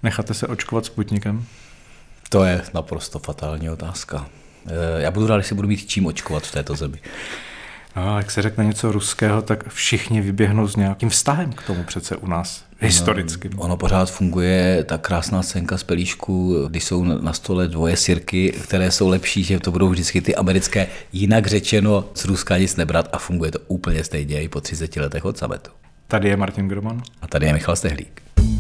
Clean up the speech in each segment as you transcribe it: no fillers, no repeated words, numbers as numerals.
Necháte se očkovat Sputnikem? To je naprosto fatální otázka. Já budu rád, jestli budu mít čím očkovat v této zemi. No, jak se řekne něco ruského, tak všichni vyběhnou s nějakým vztahem k tomu přece u nás, historicky. Ono pořád funguje ta krásná scénka z Pelíšku, když jsou na stole dvoje sirky, které jsou lepší, že to budou vždycky ty americké, jinak řečeno z Ruska nic nebrat a funguje to úplně stejně i po 30 letech od sametu. Tady je Martin Groman. A tady je Michal Stehlík.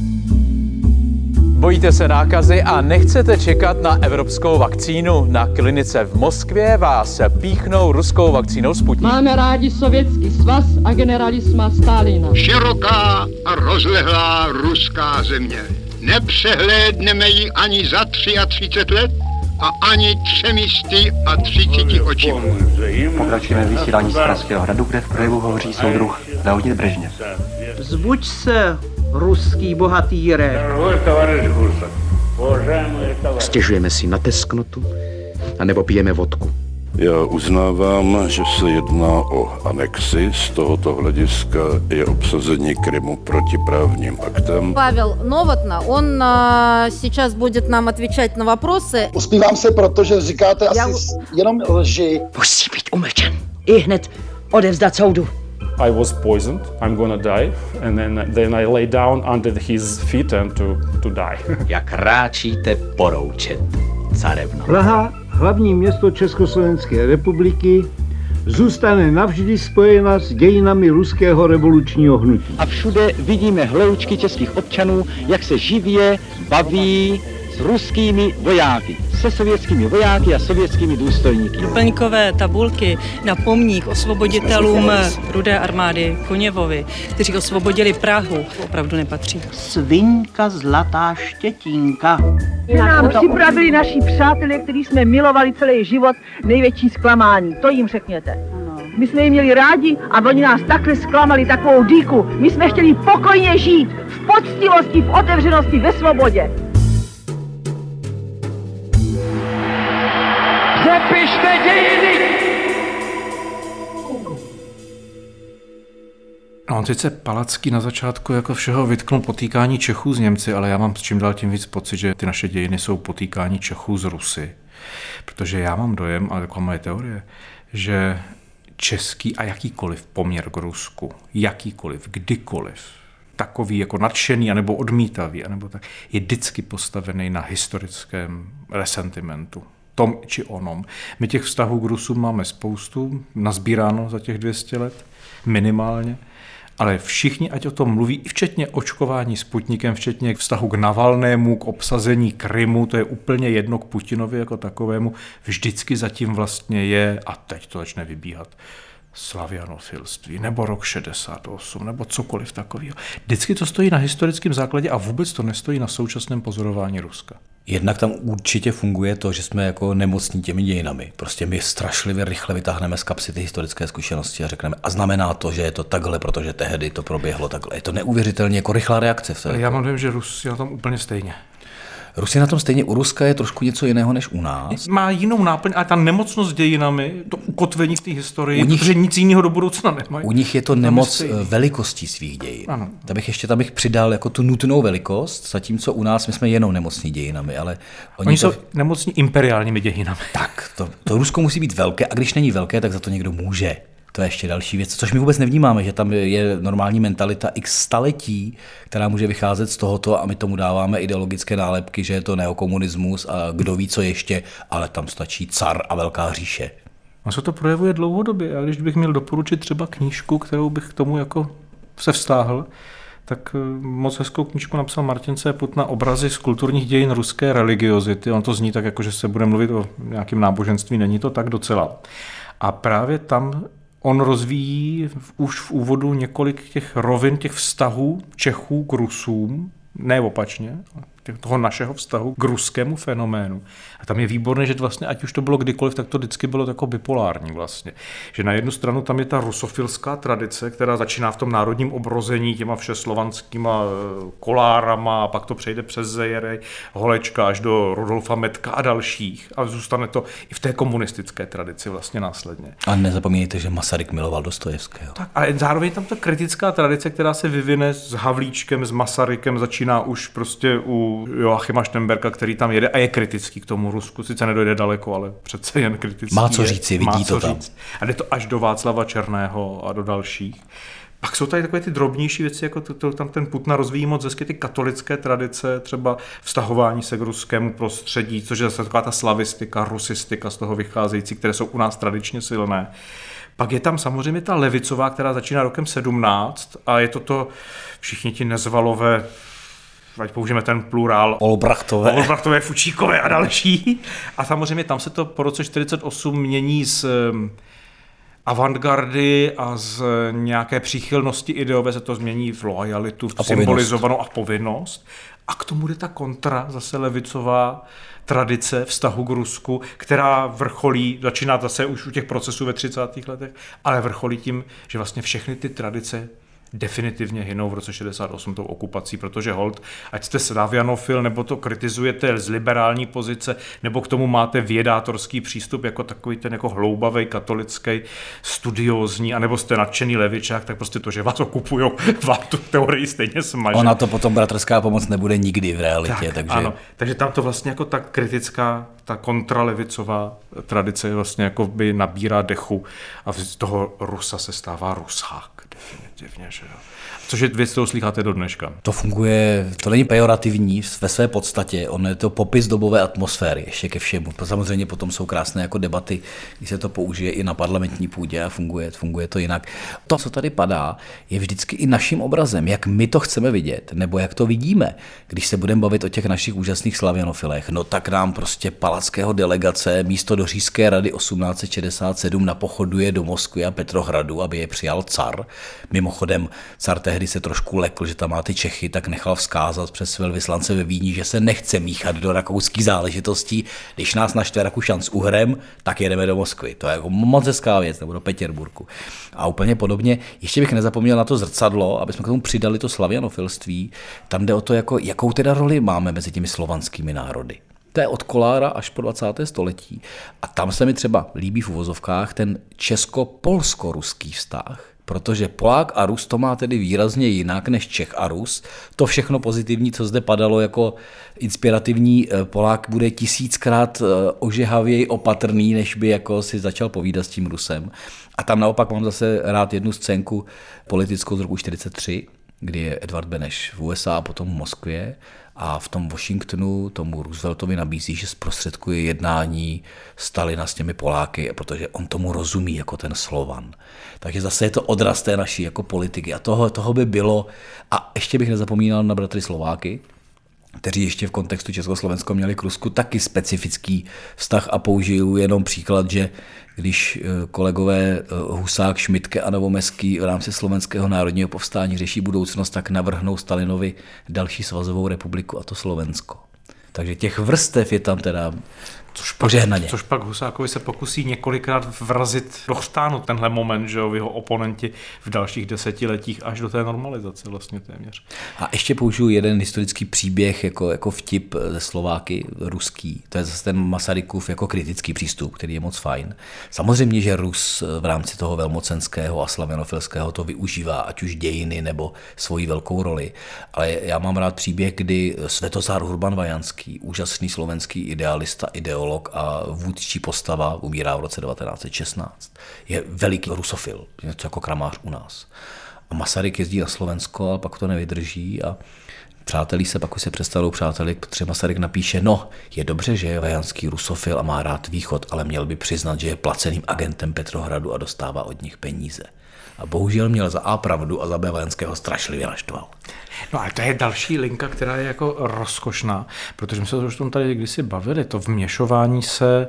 Bojíte se nákazy a nechcete čekat na evropskou vakcínu? Na klinice v Moskvě vás píchnou ruskou vakcínou Sputnik. Máme rádi Sovětský svaz a generalisma Stalina. Široká a rozlehlá ruská země. Nepřehlédneme ji ani za 33 let a ani 330 očima. Pokračujeme vysílání z Pražského hradu, kde v projevu hovoří soudruh Leonid Brežněv. Vzbuď se, ruský bohatýre. Stěžujeme si na tesknotu, anebo pijeme vodku. Já uznávám, že se jedná o anexi. Z tohoto hlediska je obsazení Krymu protiprávním aktem. Pavel Novotna, on сейчас будет nám отвечать na vопросы. Uspívám se, protože říkáte asi jenom lži. Musí být umlčen. I hned odevzdat soudu. I was poisoned, I'm gonna die, and then I lay down under his feet and to die. Jak ráčíte poroučet, carevno. Praha, hlavní město Československé republiky, zůstane navždy spojena s dějinami ruského revolučního hnutí. A všude vidíme hloučky českých občanů, jak se živě baví s ruskými vojáky, se sovětskými vojáky a sovětskými důstojníky. Doplňkové tabulky na pomník osvoboditelům Rudé armády Koněvovi, kteří osvobodili Prahu, opravdu nepatří. Svinka zlatá štětínka. Nám připravili naši přátelé, který jsme milovali celý život, největší zklamání. To jim řekněte. My jsme je měli rádi a oni nás takhle zklamali, takovou díku. My jsme chtěli pokojně žít, v poctivosti, v otevřenosti, ve svobodě. Přepište dějiny! No, on sice Palacký na začátku jako všeho vytknul potýkání Čechů s Němci, ale já mám čím dál tím víc pocit, že ty naše dějiny jsou potýkání Čechů s Rusy. Protože já mám dojem, ale taková moje teorie, že český a jakýkoliv poměr k Rusku, jakýkoliv, kdykoliv, takový jako nadšený, anebo odmítavý, anebo tak, je vždycky postavený na historickém resentimentu. Tom či onom. My těch vztahů k Rusům máme spoustu, nazbíráno za těch 200 let, minimálně, ale všichni, ať o tom mluví, i včetně očkování Sputnikem, včetně vztahu k Navalnému, k obsazení Krymu, to je úplně jedno k Putinovi jako takovému, vždycky zatím vlastně je, a teď to začne vybíhat, slavianofilství, nebo rok 68, nebo cokoliv takového. Vždycky to stojí na historickém základě a vůbec to nestojí na současném pozorování Ruska. Jednak tam určitě funguje to, že jsme jako nemocní těmi dějinami. Prostě my strašlivě rychle vytáhneme z kapsy ty historické zkušenosti a řekneme, a znamená to, že je to takhle, protože tehdy to proběhlo takhle. Je to neuvěřitelně jako rychlá reakce. Ale já mám dojem, že Rus je na tom úplně stejně. Rusy na tom stejně, u Ruska je trošku něco jiného než u nás. Má jinou náplň, ale ta nemocnost dějinami, to ukotvení v té historii, protože nic jiného do budoucna nemají. U nich je to nemoc velikostí svých dějin. Ano. Tam bych přidal jako tu nutnou velikost, zatímco u nás my jsme jenom nemocní dějinami, ale oni jsou nemocní imperiálními dějinami. Tak, to Rusko musí být velké a když není velké, tak za to někdo může. To je ještě další věc, což my vůbec nevnímáme, že tam je normální mentalita x staletí, která může vycházet z tohoto a my tomu dáváme ideologické nálepky, že je to neokomunismus a kdo ví co ještě, ale tam stačí car a velká říše. A se to projevuje dlouhodobě. A když bych měl doporučit třeba knížku, kterou bych k tomu jako se vztáhl, tak moc hezkou knížku napsal Martin C. Putna Obrazy z kulturních dějin ruské religiozity. On to zní tak, jako že se bude mluvit o nějakém náboženství, není to tak docela. A právě tam on rozvíjí už v úvodu několik těch rovin, těch vztahů Čechů k Rusům, ne opačně, toho našeho vztahu k ruskému fenoménu. A tam je výborné, že vlastně, ať už to bylo kdykoliv, tak to vždycky bylo tako bipolární vlastně. Že na jednu stranu tam je ta rusofilská tradice, která začíná v tom národním obrození těma všeslovanskýma kolárama a pak to přejde přes Zejerej, Holečka až do Rudolfa Metka a dalších. A zůstane to i v té komunistické tradici vlastně následně. A nezapomínejte, že Masaryk miloval Dostojevského. Tak, ale zároveň tam ta kritická tradice, která se vyvine s Havlíčkem, s Masarykem, začíná už prostě u příběhu Joachima Štemberka, který tam jede a je kritický k tomu Rusku. Sice nedojde daleko, ale přece jen kritický. Má co říci, vidí to tam. A jde to až do Václava Černého a do dalších. Pak jsou tady takové ty drobnější věci, jako tam ten Putna rozvíjí moc hezky ty katolické tradice, třeba vztahování se k ruskému prostředí, což je zase taková ta slavistika, rusistika z toho vycházející, které jsou u nás tradičně silné. Pak je tam samozřejmě ta levicová, která začíná rokem 17 a je to všichni ti Nezvalové, ať použijeme ten plurál. Olbrachtové, Fučíkové a další. A samozřejmě tam se to po roce 48 mění z avantgardy a z nějaké příchylnosti ideové se to změní v loajalitu, v symbolizovanou a povinnost. A k tomu jde ta kontra, zase levicová tradice vztahu k Rusku, která vrcholí, začíná zase už u těch procesů ve 30. letech, ale vrcholí tím, že vlastně všechny ty tradice definitivně hynou v roce 68 tou okupací, protože holt, ať jste slavianofil, nebo to kritizujete z liberální pozice, nebo k tomu máte vědátorský přístup jako takový ten jako hloubavý, katolický, studiózní, anebo jste nadšený levičák, tak prostě to, že vás okupujou, vám tu teorii stejně smaže. Ona to potom bratrská pomoc nebude nikdy v realitě. Takže... Ano, takže tam to vlastně jako ta kritická, ta kontralevicová tradice vlastně jako by nabírá dechu a z toho Rusa se stává Rusák. Definitivně, že jo. Což je věc, kterou slycháte do dneška. To funguje, to není pejorativní ve své podstatě, ono je to popis dobové atmosféry, ještě ke všemu. Samozřejmě potom jsou krásné jako debaty, když se to použije i na parlamentní půdě a funguje to jinak. To, co tady padá, je vždycky i naším obrazem, jak my to chceme vidět, nebo jak to vidíme. Když se budeme bavit o těch našich úžasných slavianofilech, no tak nám prostě palackého delegace místo do Říšské rady 1867 napochoduje do Moskvy a Petrohradu, aby je přijal car. Mimochodem, car tehdy se trošku lekl, že tam má ty Čechy, tak nechal vzkázat přes velvyslance ve Vídni, že se nechce míchat do rakouských záležitostí. Když nás naštve Rakušan s Uhrem, tak jedeme do Moskvy. To je jako moc hezká věc, nebo do Petěrburku. A úplně podobně, ještě bych nezapomněl na to zrcadlo, aby jsme k tomu přidali to slavianofilství. Tam jde o to, jakou teda roli máme mezi těmi slovanskými národy. To je od Kolára až po 20. století. A tam se mi třeba líbí v uvozovkách ten česko-polsko-ruský vztah, protože Polák a Rus to má tedy výrazně jinak než Čech a Rus. To všechno pozitivní, co zde padalo jako inspirativní, Polák bude 1000krát ožehavěji opatrný, než by jako si začal povídat s tím Rusem. A tam naopak mám zase rád jednu scénku politickou z roku 1943, kdy je Edvard Beneš v USA a potom v Moskvě a v tom Washingtonu tomu Rooseveltovi nabízí, že zprostředkuje jednání Stalina s těmi Poláky, protože on tomu rozumí jako ten Slovan. Takže zase je to odraz té naší jako politiky a toho by bylo. A ještě bych nezapomínal na bratry Slováky, kteří ještě v kontextu Československo měli k Rusku taky specifický vztah a použiju jenom příklad, že když kolegové Husák, Šmitke a Novomeský v rámci Slovenského národního povstání řeší budoucnost, tak navrhnou Stalinovi další svazovou republiku a to Slovensko. Takže těch vrstev je tam teda požehnaně. Což pak Husákovi se pokusí několikrát vrazit do chřtánu tenhle moment, že jo, v jeho oponenti v dalších desetiletích až do té normalizace vlastně téměř. A ještě použiju jeden historický příběh jako vtip ze Slováky, ruský. To je zase ten Masarykův jako kritický přístup, který je moc fajn. Samozřejmě, že Rus v rámci toho velmocenského a slavianofilského to využívá, ať už dějiny nebo svoji velkou roli. Ale já mám rád příběh, kdy Svetozár Urban Vajanský, úžasný slovenský idealista, ideolog a vůdčí postava, umírá v roce 1916. Je veliký rusofil, něco jako Kramář u nás. A Masaryk jezdí na Slovensko, ale pak to nevydrží a přátelí se, pak už se přestanou přáteli, protože Masaryk napíše, no, je dobře, že je vajanský rusofil a má rád východ, ale měl by přiznat, že je placeným agentem Petrohradu a dostává od nich peníze. A bohužel měl za A pravdu a za B Vajanského strašlivě naštval. No a to je další linka, která je jako rozkošná, protože my se už tom tady kdysi bavili, to vměšování se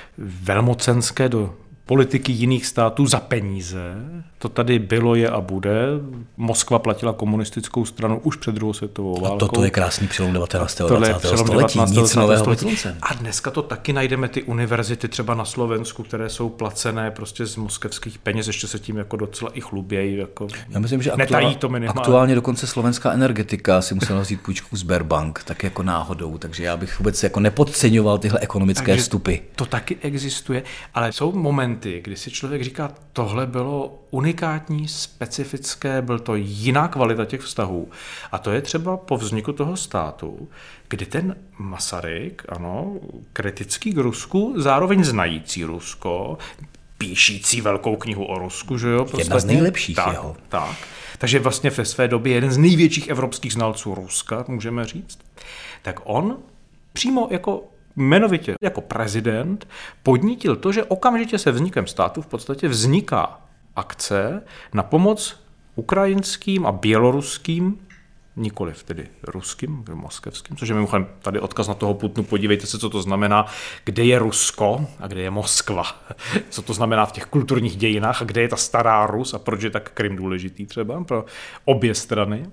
velmocenské do politiky jiných států za peníze. To tady bylo, je a bude. Moskva platila komunistickou stranu už před druhou světovou válkou. A toto je krásný přelom 19. a 20. století. Nic nového pod sluncem. A dneska to taky najdeme ty univerzity třeba na Slovensku, které jsou placené prostě z moskevských peněz, ještě se tím jako docela i chlubějí. Jako já myslím, že aktuálně dokonce slovenská energetika si musela vzít půjčku Sberbank, tak jako náhodou, takže já bych vůbec jako nepodceňoval tyhle ekonomické vstupy. To taky existuje, ale jsou momenty, momenty, kdy si člověk říká, tohle bylo unikátní, specifické, byl to jiná kvalita těch vztahů. A to je třeba po vzniku toho státu, kdy ten Masaryk, ano, kritický k Rusku, zároveň znající Rusko, píšící velkou knihu o Rusku, že jo? Jedna z nejlepších jeho. Tak. Takže vlastně ve své době jeden z největších evropských znalců Ruska, můžeme říct. Tak on přímo jako jmenovitě jako prezident podnítil to, že okamžitě se vznikem státu v podstatě vzniká akce na pomoc ukrajinským a běloruským, nikoliv tedy ruským, moskevským, což je mimochodem tady odkaz na toho Putinu, podívejte se, co to znamená, kde je Rusko a kde je Moskva, co to znamená v těch kulturních dějinách a kde je ta stará Rus a proč je tak Krym důležitý třeba pro obě strany.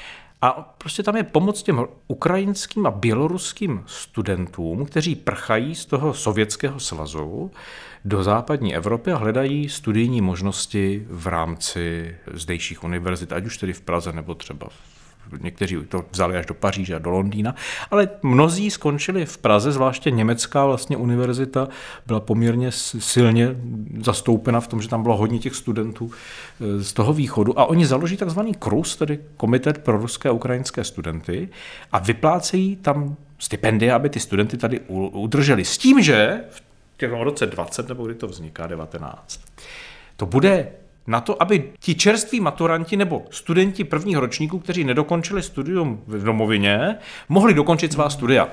A prostě tam je pomoc těm ukrajinským a běloruským studentům, kteří prchají z toho Sovětského svazu do západní Evropy a hledají studijní možnosti v rámci zdejších univerzit, ať už tedy v Praze nebo třeba někteří to vzali až do Paříže a do Londýna, ale mnozí skončili v Praze, zvláště německá vlastně univerzita byla poměrně silně zastoupena v tom, že tam bylo hodně těch studentů z toho východu a oni založí takzvaný KRUS, tedy Komitet pro ruské a ukrajinské studenty a vyplácejí tam stipendia, aby ty studenty tady udrželi. S tím, že v roce 20, nebo kdy to vzniká, 19, to bude na to, aby ti čerství maturanti nebo studenti prvních ročníků, kteří nedokončili studium v domovině, mohli dokončit svá studia.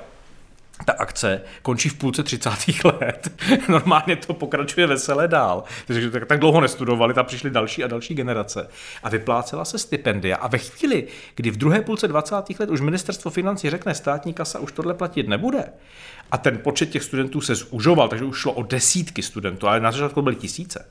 Ta akce končí v půlce 30. let. Normálně to pokračuje veselé dál. Takže tak dlouho nestudovali, tam přišly další a další generace. A vyplácela se stipendia. A ve chvíli, kdy v druhé půlce 20. let už ministerstvo financí řekne, státní kasa už tohle platit nebude, a ten počet těch studentů se zužoval, takže už šlo o desítky studentů, ale na začátku byly tisíce,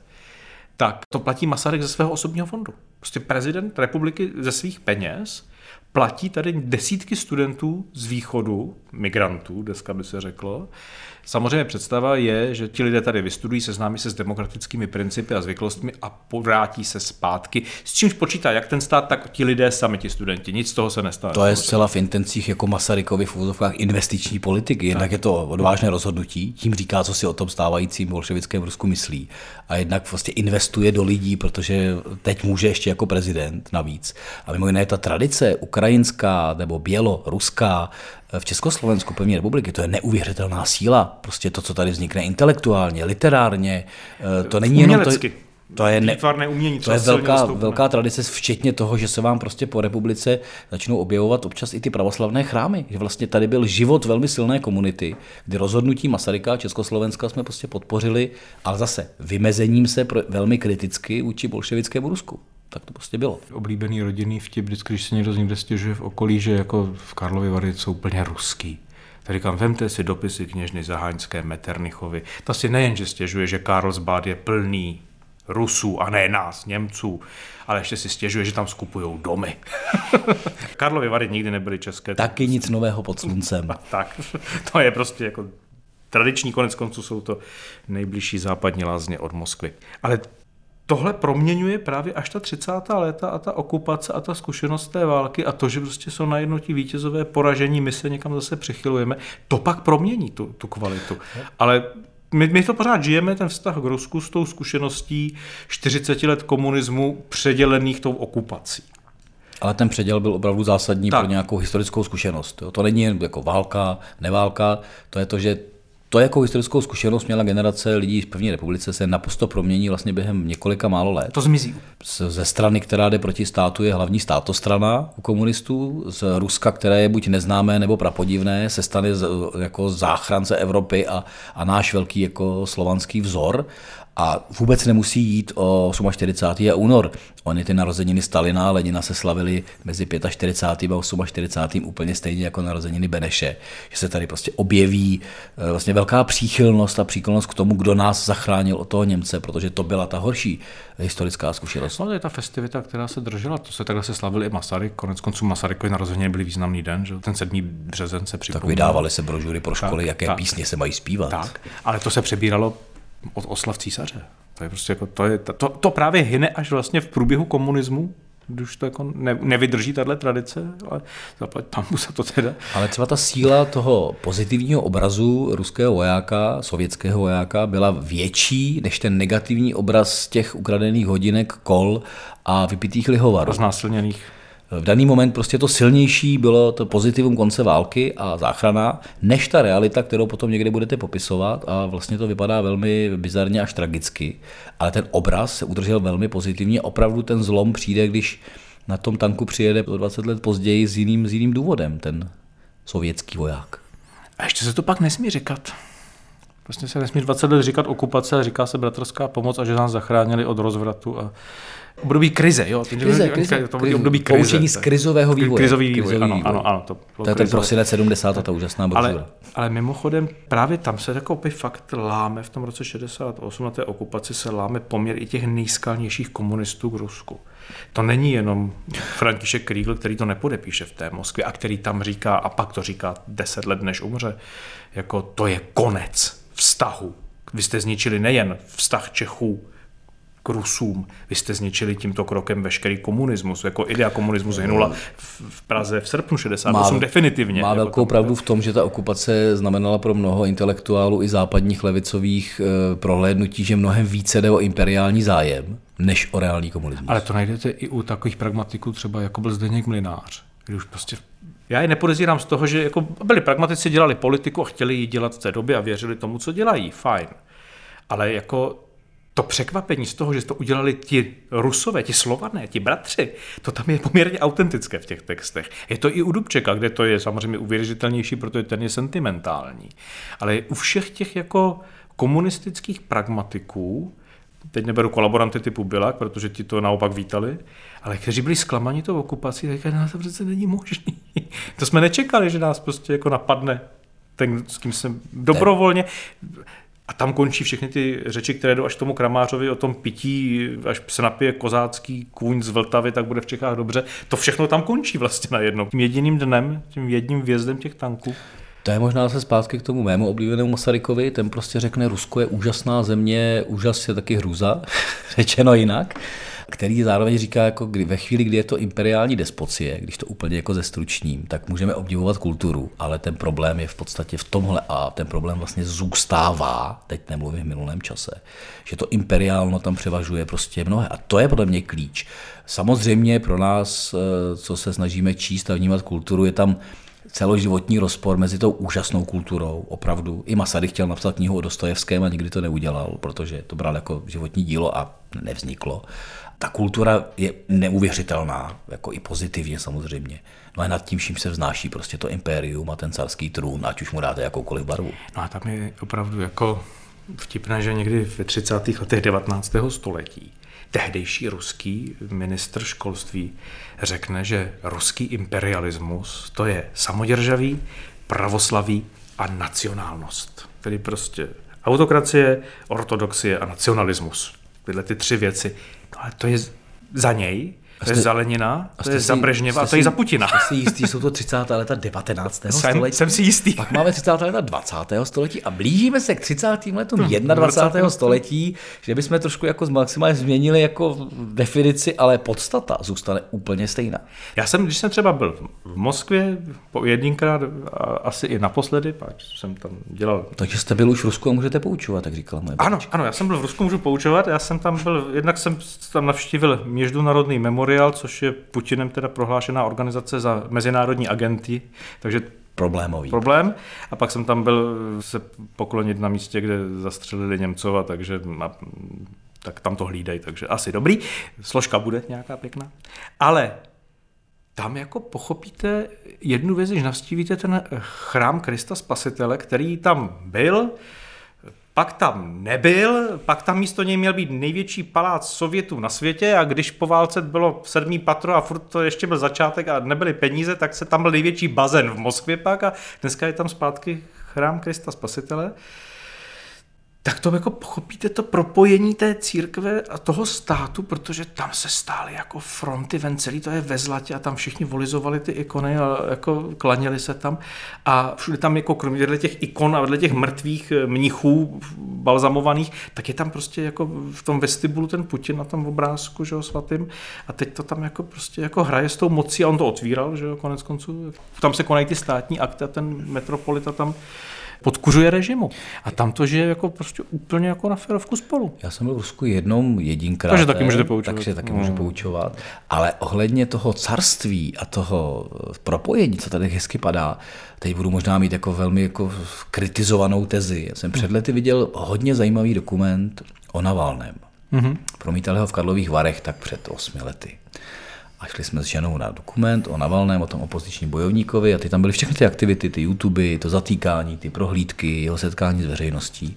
tak to platí Masaryk ze svého osobního fondu. Prostě prezident republiky ze svých peněz platí tady desítky studentů z východu, migrantů, dneska by se řeklo. Samozřejmě představa je, že ti lidé tady vystudují, seznámí se s demokratickými principy a zvyklostmi a vrátí se zpátky. S čímž počítá jak ten stát, tak ti lidé sami, ti studenti. Nic z toho se nestane. To je zcela v intencích jako Masarykovy v úvozovkách investiční politiky. Jednak je to odvážné rozhodnutí, tím říká, co si o tom stávajícím bolševickém Rusku myslí. A jednak vlastně investuje do lidí, protože teď může ještě jako prezident navíc. A mimo jiné ta tradice ukrajinská nebo běloruská v Československu, první republiky, to je neuvěřitelná síla. Prostě to, co tady vznikne intelektuálně, literárně, to není jenom to. To je, umění, to je velká tradice, včetně toho, že se vám prostě po republice začnou objevovat občas i ty pravoslavné chrámy. Že vlastně tady byl život velmi silné komunity, kdy rozhodnutí Masaryka a Československa jsme prostě podpořili, ale zase vymezením se velmi kriticky vůči bolševickému Rusku. Tak to prostě bylo. Oblíbený rodinný vtip, vždycky, když se někdo někde stěžuje v okolí, že jako v Karlově Vary jsou úplně ruský. Tak říkám, vemte si dopisy kněžny Zaháňské Metternichovi. Ta si nejenže stěžuje, že Karlsbad je plný Rusů a ne nás, Němců, ale ještě si stěžuje, že tam skupujou domy. Karlovy Vary nikdy nebyly české. Taky nic nového pod sluncem. Tak, to je prostě jako tradiční, konec konců jsou to nejbližší západní lázně od Moskvy. Ale tohle proměňuje právě až ta 30. léta a ta okupace a ta zkušenost té války a to, že prostě jsou najednou ti vítězové poražení, my se někam zase přichylujeme, to pak promění tu kvalitu. Ale my to pořád žijeme, ten vztah k Rusku s tou zkušeností 40 let komunismu předělených tou okupací. Ale ten předěl byl opravdu zásadní pro nějakou historickou zkušenost. To není jen jako válka, neválka, to je to, že to jako historickou zkušenost měla generace lidí v první republice se naprosto promění vlastně během několika málo let. To zmizí. Ze strany, která jde proti státu, je hlavní státostrana u komunistů, z Ruska, které je buď neznámé nebo prapodivné, se stane jako záchránce Evropy a náš velký jako slovanský vzor. A vůbec nemusí jít o 48. a únor. Ony ty narozeniny Stalina a Lenina se slavily mezi 45. a 48. úplně stejně jako narozeniny Beneše. Že se tady prostě objeví vlastně velká příchylnost a příklonnost k tomu, kdo nás zachránil od toho Němce, protože to byla ta horší historická zkušenost. No, to je ta festivita, která se držela, to se takhle se slavil i Masaryk, konec konců Masarykovy narozeniny byly významný den, že ten 7. březen se připomněl. Tak vydávaly se brožury pro školy, jaké písně se mají zpívat. Tak, ale to se přebíralo od oslav císaře. To je prostě jako, to právě hyne až vlastně v průběhu komunismu už to jako nevydrží tahle tradice, ale zaplať pánbůh za to teda. Ale třeba ta síla toho pozitivního obrazu ruského vojáka, sovětského vojáka, byla větší než ten negativní obraz těch ukradených hodinek, kol a vypitých lihovarů. Znásilněných. V daný moment prostě to silnější bylo to pozitivum konce války a záchrana, než ta realita, kterou potom někde budete popisovat, a vlastně to vypadá velmi bizarně až tragicky. Ale ten obraz se udržel velmi pozitivně. Opravdu ten zlom přijde, když na tom tanku přijede o 20 let později s jiným důvodem ten sovětský voják. A ještě se to pak nesmí říkat. Vlastně se nesmí 20 let říkat okupace, říká se bratrská pomoc a že nás zachránili od rozvratu a období krize, jo. Období krize. Poučení z krizového vývoje. Krizový vývoj, ano. To je ten prosinec 70 a ta úžasná brožura. Ale mimochodem právě tam se takový fakt láme v tom roce 68 na té okupaci se láme poměr i těch nejskalnějších komunistů k Rusku. To není jenom František Kriegl, který to nepodepíše v té Moskvě a který tam říká, a pak to říká 10 let než umře, jako to je konec vztahu. Vy jste zničili nejen vztah Čechů k Rusům, vy jste zničili tímto krokem veškerý komunismus, jako idea komunismu zhynula v Praze v srpnu 68 definitivně. Má velkou pravdu v tom, že ta okupace znamenala pro mnoho intelektuálů i západních levicových prohlédnutí, že mnohem více jde o imperiální zájem, než o reálný komunismus. Ale to najdete i u takových pragmatiků, třeba jako byl Zdeněk Mlynář, kdy už prostě já je nepodezírám z toho, že jako byli pragmatici, dělali politiku a chtěli ji dělat v té době a věřili tomu, co dělají, fajn. Ale jako to překvapení z toho, že to udělali ti Rusové, ti Slované, ti bratři, to tam je poměrně autentické v těch textech. Je to i u Dubčeka, kde to je samozřejmě uvěřitelnější, protože ten je sentimentální. Ale u všech těch jako komunistických pragmatiků, teď neberu kolaboranty typu Bilak, protože ti to naopak vítali, ale kteří byli zklamaní tou okupací, tak to přece není možný. To jsme nečekali, že nás prostě jako napadne ten, s kým jsem dobrovolně. A tam končí všechny ty řeči, které jdou až tomu Kramářovi o tom pití, až se napije kozácký kůň z Vltavy, tak bude v Čechách dobře. To všechno tam končí vlastně najednou. Tím jediným dnem, tím jedním vjezdem těch tanků. To je možná zase zpátky k tomu mému oblíbenému Masarykovi, ten prostě řekne, Rusko je úžasná země, úžas je taky hrůza, řečeno jinak, který zároveň říká, jako ve chvíli, kdy je to imperiální despocie, když to úplně jako zestručním, tak můžeme obdivovat kulturu, ale ten problém je v podstatě v tomhle a ten problém vlastně zůstává, teď nemluvím v minulém čase, že to imperiálno tam převažuje prostě mnohé a to je podle mě klíč. Samozřejmě pro nás, co se snažíme číst a vnímat kulturu, je tam celoživotní rozpor mezi tou úžasnou kulturou, opravdu. I Masaryk chtěl napsat knihu o Dostojevském a nikdy to neudělal, protože to bral jako životní dílo a nevzniklo. Ta kultura je neuvěřitelná, jako i pozitivně samozřejmě. No a nad tím vším se vznáší prostě to impérium a ten carský trůn, ať už mu dáte jakoukoliv barvu. No a tam je opravdu jako vtipné, že někdy v 30. letech 19. století tehdejší ruský ministr školství řekne, že ruský imperialismus to je samoděržaví, pravoslaví a nacionálnost. Tedy prostě autokracie, ortodoxie a nacionalismus. Tyhle ty tři věci. No ale to je za něj, to je za Lenina, to je za Brežněva a to je za Putina. Jste si jistý, jsou to 30. leta 19. století. Jsem si jistý. Pak máme 30. leta 20. století a blížíme se k 30. letům 21. století, že bychom trošku jako maximálně změnili jako definici, ale podstata zůstane úplně stejná. Když jsem třeba byl v Moskvě jedinkrát, asi i naposledy, páč jsem tam dělal. Takže jste byl už v Rusku a můžete poučovat, tak říkala moje babička. Ano, já jsem byl v Rusku, můžu poučovat, jednak jsem tam navštívil Mezinárodní memoriál, což je Putinem teda prohlášená organizace za mezinárodní agenty, takže problémový. Problém. A pak jsem tam byl se poklonit na místě, kde zastřelili Němcova, tak tam to hlídají, takže asi dobrý. Složka bude nějaká pěkná. Ale tam jako pochopíte jednu věc, když navštívíte ten chrám Krista Spasitele, který tam byl, pak tam nebyl, pak tam místo něj měl být největší palác Sovětů na světě a když po válce bylo 7. patro a furt to ještě byl začátek a nebyly peníze, tak se tam byl největší bazén v Moskvě pak a dneska je tam zpátky chrám Krista Spasitele. tak to jako pochopíte to propojení té církve a toho státu, protože tam se stály jako fronty ven, celý to je ve zlatě a tam všichni volizovali ty ikony a jako klaněli se tam a všude tam jako kromě těch ikon a vedle těch mrtvých mnichů balzamovaných, tak je tam prostě jako v tom vestibulu ten Putin na tom obrázku, že jo, svatým a teď to tam jako prostě jako hraje s tou mocí a on to otvíral, že jo, konec konců. Tam se konají ty státní akty a ten metropolita tam podkuřuje režimu. A tam to žije jako prostě úplně jako na férovku spolu. Já jsem byl v Rusku jedinkrát. Takže taky můžete poučovat. Takže taky můžu poučovat. Ale ohledně toho carství a toho propojení, co tady hezky padá, teď budu možná mít jako velmi jako kritizovanou tezi. Já jsem před lety viděl hodně zajímavý dokument o Navalném. Promítali ho v Karlových Varech tak před 8 lety. A šli jsme s ženou na dokument o Navalném, o tom opozičním bojovníkovi a ty tam byly všechny ty aktivity, ty YouTube, to zatýkání, ty prohlídky, jeho setkání s veřejností.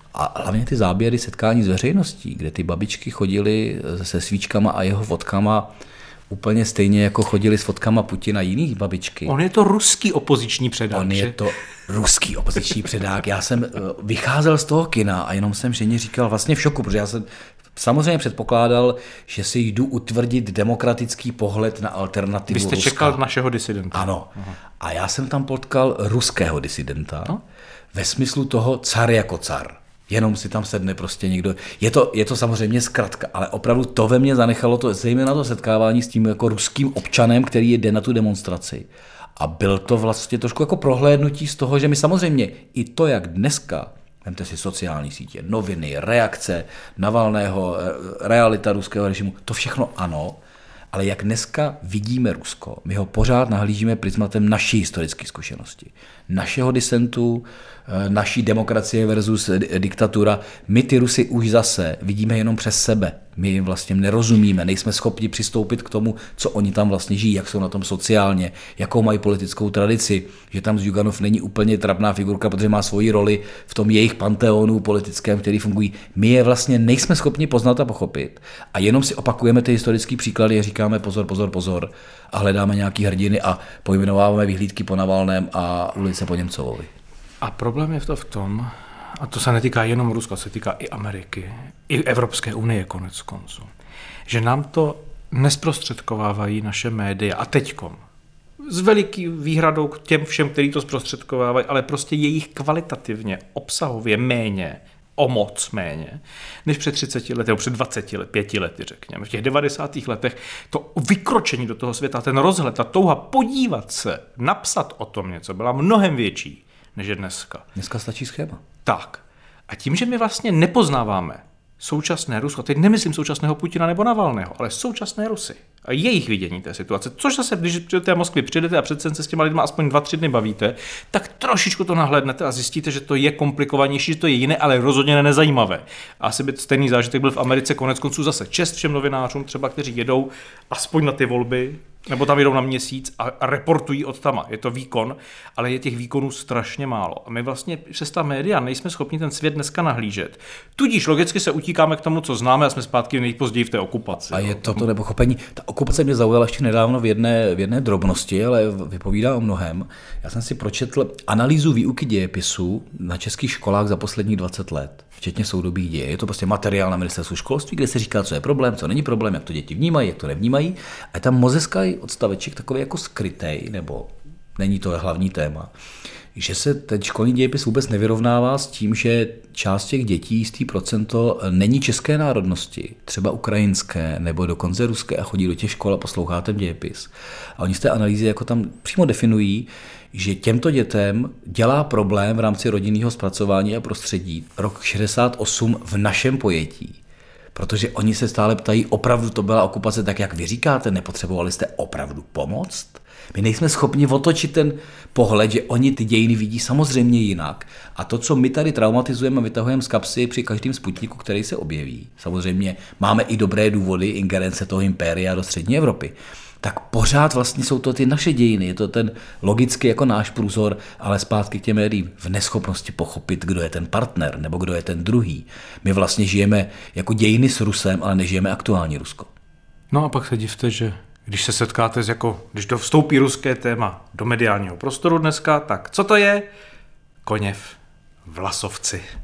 A hlavně ty záběry setkání s veřejností, kde ty babičky chodily se svíčkama a jeho fotkama úplně stejně jako chodili s fotkama Putina jiných babičky. On je to ruský opoziční předák. Je to ruský opoziční předák. Já jsem vycházel z toho kina a jenom jsem ženě říkal vlastně v šoku, protože já jsem samozřejmě předpokládal, že si jdu utvrdit demokratický pohled na alternativu Ruska. Vy jste čekal našeho disidenta. Ano. A já jsem tam potkal ruského disidenta ve smyslu toho car jako car. Jenom si tam sedne prostě někdo. Je to samozřejmě zkratka, ale opravdu to ve mně zanechalo to, zejména to setkávání s tím jako ruským občanem, který jde na tu demonstraci. A byl to vlastně trošku jako prohlédnutí z toho, že my samozřejmě i to, jak dneska, vemte si sociální sítě, noviny, reakce Navalného, realita ruského režimu, to všechno ano, ale jak dneska vidíme Rusko, my ho pořád nahlížíme prismatem naší historické zkušenosti, našeho disentu, naší demokracie versus diktatura. My ty Rusy už zase vidíme jenom přes sebe. My jim vlastně nerozumíme, nejsme schopni přistoupit k tomu, co oni tam vlastně žijí, jak jsou na tom sociálně, jakou mají politickou tradici, že tam Zjuganov není úplně trapná figurka, protože má svoji roli v tom jejich panteonu politickém, který fungují. My je vlastně nejsme schopni poznat a pochopit a jenom si opakujeme ty historické příklady a říkáme pozor, pozor, pozor a hledáme nějaký hrdiny a pojmenováváme vyhlídky po Navalném a ulice po Němcovovi. A problém je to v tom, a to se netýká jenom Ruska, se týká i Ameriky, i Evropské unie konec konců, že nám to nesprostředkovávají naše média a teďkom. S veliký výhradou k těm všem, kteří to zprostředkovávají, ale prostě jejich kvalitativně, obsahově méně, o moc méně, než před 30 lety, nebo před 25 lety, řekněme. V těch 90. letech to vykročení do toho světa, ten rozhled, ta touha podívat se, napsat o tom něco, byla mnohem větší, než je dneska. Dneska stačí schéma. Tak. A tím, že my vlastně nepoznáváme současné Rusko, teď nemyslím současného Putina nebo Navalného, ale současné Rusy a jejich vidění té situace, což zase, když do té Moskvy přijdete a přece se s těma lidma aspoň 2-3 dny bavíte, tak trošičku to nahlédnete a zjistíte, že to je komplikovanější, že to je jiné, ale rozhodně nezajímavé. A asi by stejný zážitek byl v Americe, konec konců zase čest všem novinářům, třeba kteří jedou aspoň na ty volby, nebo tam jedou na měsíc a reportují od tama. Je to výkon, ale je těch výkonů strašně málo. A my vlastně přes ta média nejsme schopni ten svět dneska nahlížet. Tudíž logicky se utíkáme k tomu, co známe a jsme zpátky nejpozději v té okupaci. A je to nepochopení. Ta okupace mě zaujala ještě nedávno v jedné drobnosti, ale vypovídá o mnohem. Já jsem si pročetl analýzu výuky dějepisu na českých školách za posledních 20 let, včetně soudobých dějin. Je to prostě materiál na ministerstvu školství, kde se říká, co je problém, co není problém, jak to děti vnímají, jak to nevnímají. A je tam mozeský odstaveček takový jako skrytej, nebo není to hlavní téma, že se ten školní dějepis vůbec nevyrovnává s tím, že část těch dětí, jistý procento, není české národnosti, třeba ukrajinské nebo dokonce ruské a chodí do těch škol a poslouchá ten dějepis. A oni z té analýzy jako tam přímo definují, že těmto dětem dělá problém v rámci rodinného zpracování a prostředí rok 68 v našem pojetí. Protože oni se stále ptají, opravdu to byla okupace tak, jak vy říkáte, nepotřebovali jste opravdu pomoct? My nejsme schopni otočit ten pohled, že oni ty dějiny vidí samozřejmě jinak. A to, co my tady traumatizujeme a vytahujeme z kapsy při každém Sputniku, který se objeví, samozřejmě máme i dobré důvody ingerence toho impéria do střední Evropy, tak pořád vlastně jsou to ty naše dějiny, je to ten logický jako náš průzor, ale zpátky k těm médiím v neschopnosti pochopit, kdo je ten partner nebo kdo je ten druhý. My vlastně žijeme jako dějiny s Rusem, ale nežijeme aktuální Rusko. No a pak se divte, že když se setkáte když to vstoupí ruské téma do mediálního prostoru dneska, tak co to je? Koněv, vlasovci.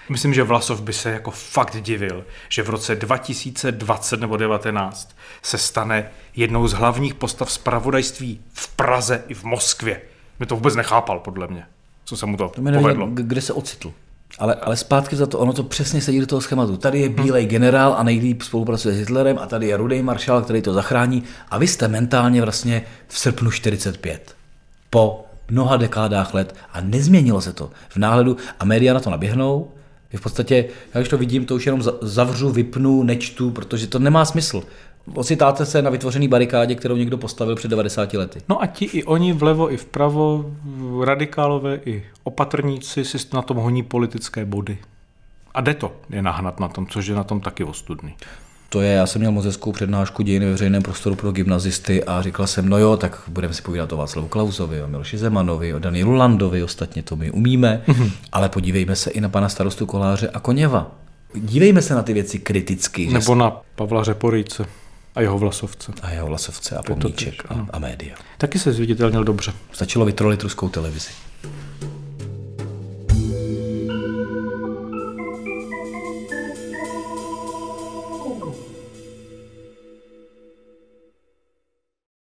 Myslím, že Vlasov by se jako fakt divil, že v roce 2020 nebo 19 se stane jednou z hlavních postav zpravodajství v Praze i v Moskvě. Mě to vůbec nechápal, podle mě, co se mu to povedlo. Kde se ocitl. Ale zpátky za to, ono to přesně sedí do toho schématu. Tady je bílej generál a nejlíp spolupracuje s Hitlerem a tady je rudej maršál, který to zachrání a vy jste mentálně vlastně v srpnu 45. Po mnoha dekádách let a nezměnilo se to v náhledu a média na to naběhnou. V podstatě, já když to vidím, to už jenom zavřu, vypnu, nečtu, protože to nemá smysl. Ocitáte se na vytvořený barikádě, kterou někdo postavil před 90 lety. No a ti i oni vlevo i vpravo, radikálové i opatrníci si na tom honí politické body. A jde to je nahnat na tom, což je na tom taky ostudný. To je, já jsem měl moc hezkou přednášku dějiny ve veřejném prostoru pro gymnazisty a říkal jsem, no jo, tak budeme si povídat o Václavu Klausovi, o Miloši Zemanovi, o Danielu Landovi, ostatně to my umíme, ale podívejme se i na pana starostu Koláře a Koněva. Dívejme se na ty věci kriticky. Nebo na Pavla Řeporyjce a jeho Vlasovce. A Pomníček a média. Taky se zviditelnil dobře. Stačilo vytrolit ruskou televizi.